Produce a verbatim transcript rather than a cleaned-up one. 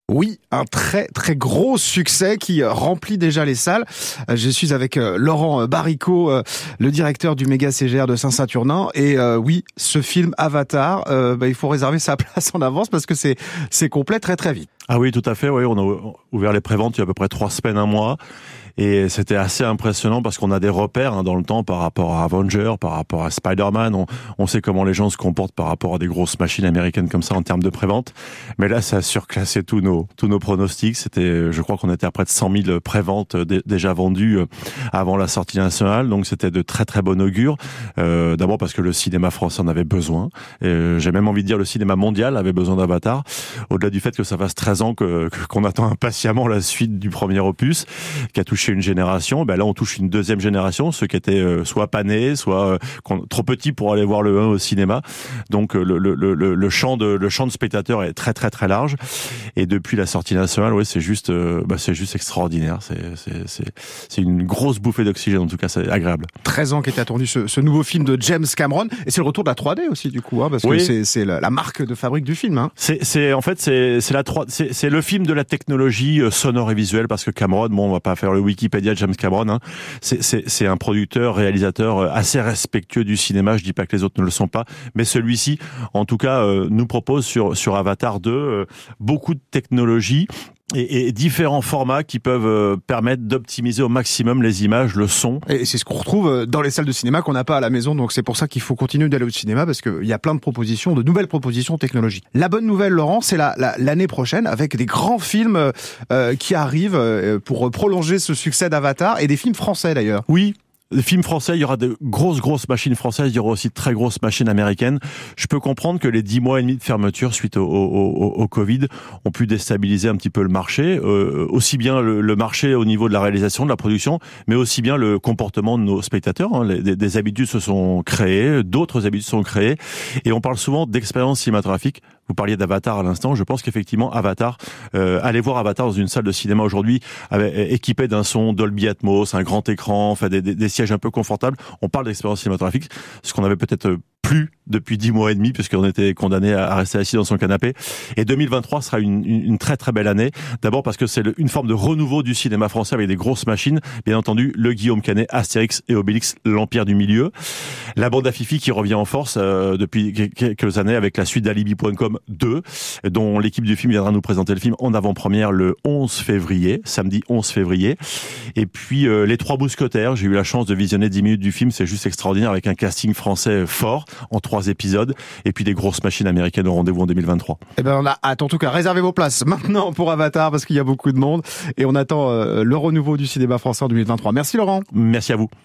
Oui, un très très gros succès qui remplit déjà les salles. Je suis avec Laurent Baricot, le directeur du Méga C G R de Saint-Saturnin. Et euh, oui, ce film Avatar, euh, bah, il faut réserver sa place en avance parce que c'est c'est complet très très vite. Ah oui, tout à fait. Oui, on a ouvert les préventes il y a à peu près trois semaines, un mois. Et c'était assez impressionnant parce qu'on a des repères hein, dans le temps par rapport à Avengers, par rapport à Spider-Man. On, on sait comment les gens se comportent par rapport à des grosses machines américaines comme ça en termes de prévente. Mais là, ça a surclassé tous nos tous nos pronostics. C'était, je crois qu'on était à près de cent mille préventes d- déjà vendues avant la sortie nationale. Donc c'était de très très bon augure. Euh, d'abord parce que le cinéma français en avait besoin. Et j'ai même envie de dire le cinéma mondial avait besoin d'Avatar. Au-delà du fait que ça fasse treize ans que, que qu'on attend impatiemment la suite du premier opus, qui a touché une génération, ben là on touche une deuxième génération, ceux qui étaient euh, soit pas nés, soit euh, trop petits pour aller voir le un au cinéma. Donc le, le, le, le champ de le champ de spectateurs est très très très large. Et depuis la sortie nationale, ouais, c'est juste euh, bah, c'est juste extraordinaire. C'est c'est c'est c'est une grosse bouffée d'oxygène, en tout cas, c'est agréable. treize ans qu'est attendu ce, ce nouveau film de James Cameron, et c'est le retour de la trois D aussi du coup, hein, parce oui. que c'est c'est la, la marque de fabrique du film. Hein. C'est c'est en fait c'est c'est la trois c'est c'est le film de la technologie sonore et visuelle, parce que Cameron, bon, on va pas faire le Wikipédia de James Cameron, hein. C'est, c'est, c'est un producteur, réalisateur assez respectueux du cinéma. Je dis pas que les autres ne le sont pas, mais celui-ci, en tout cas, euh, nous propose sur sur Avatar deux euh, beaucoup de technologies et, et différents formats qui peuvent euh, permettre d'optimiser au maximum les images, le son. Et c'est ce qu'on retrouve dans les salles de cinéma qu'on n'a pas à la maison. Donc c'est pour ça qu'il faut continuer d'aller au cinéma, parce qu'il y a plein de propositions, de nouvelles propositions technologiques. La bonne nouvelle, Laurent, c'est la, la, l'année prochaine avec des grands films euh, qui arrivent euh, pour prolonger ce succès d'Avatar, et des films français d'ailleurs. Oui. Les films français, il y aura de grosses, grosses machines françaises, il y aura aussi de très grosses machines américaines. Je peux comprendre que les dix mois et demi de fermeture suite au, au, au, au Covid ont pu déstabiliser un petit peu le marché, euh, aussi bien le, le marché au niveau de la réalisation, de la production, mais aussi bien le comportement de nos spectateurs. Hein. Les, des, des habitudes se sont créées, d'autres habitudes se sont créées, et on parle souvent d'expérience cinématographique. Vous parliez d'Avatar à l'instant, je pense qu'effectivement Avatar, euh, aller voir Avatar dans une salle de cinéma aujourd'hui, avec, équipé d'un son Dolby Atmos, un grand écran, enfin des, des, des sièges un peu confortables, on parle d'expérience cinématographique, ce qu'on avait peut-être plus depuis dix mois et demi, puisqu'on était condamné à rester assis dans son canapé. Et deux mille vingt-trois sera une, une, une très très belle année. D'abord parce que c'est le, une forme de renouveau du cinéma français avec des grosses machines. Bien entendu, le Guillaume Canet, Astérix et Obélix, l'Empire du Milieu. La bande à Fifi qui revient en force euh, depuis quelques années avec la suite d'Alibi point com deux, dont l'équipe du film viendra nous présenter le film en avant-première le onze février, samedi onze février. Et puis euh, Les Trois Mousquetaires, j'ai eu la chance de visionner dix minutes du film, c'est juste extraordinaire avec un casting français fort en trois épisodes, et puis des grosses machines américaines au rendez-vous en deux mille vingt-trois. Eh ben on a hâte, en tout cas, réservez vos places maintenant pour Avatar, parce qu'il y a beaucoup de monde, et on attend euh, le renouveau du cinéma français en deux mille vingt-trois. Merci Laurent. Merci à vous.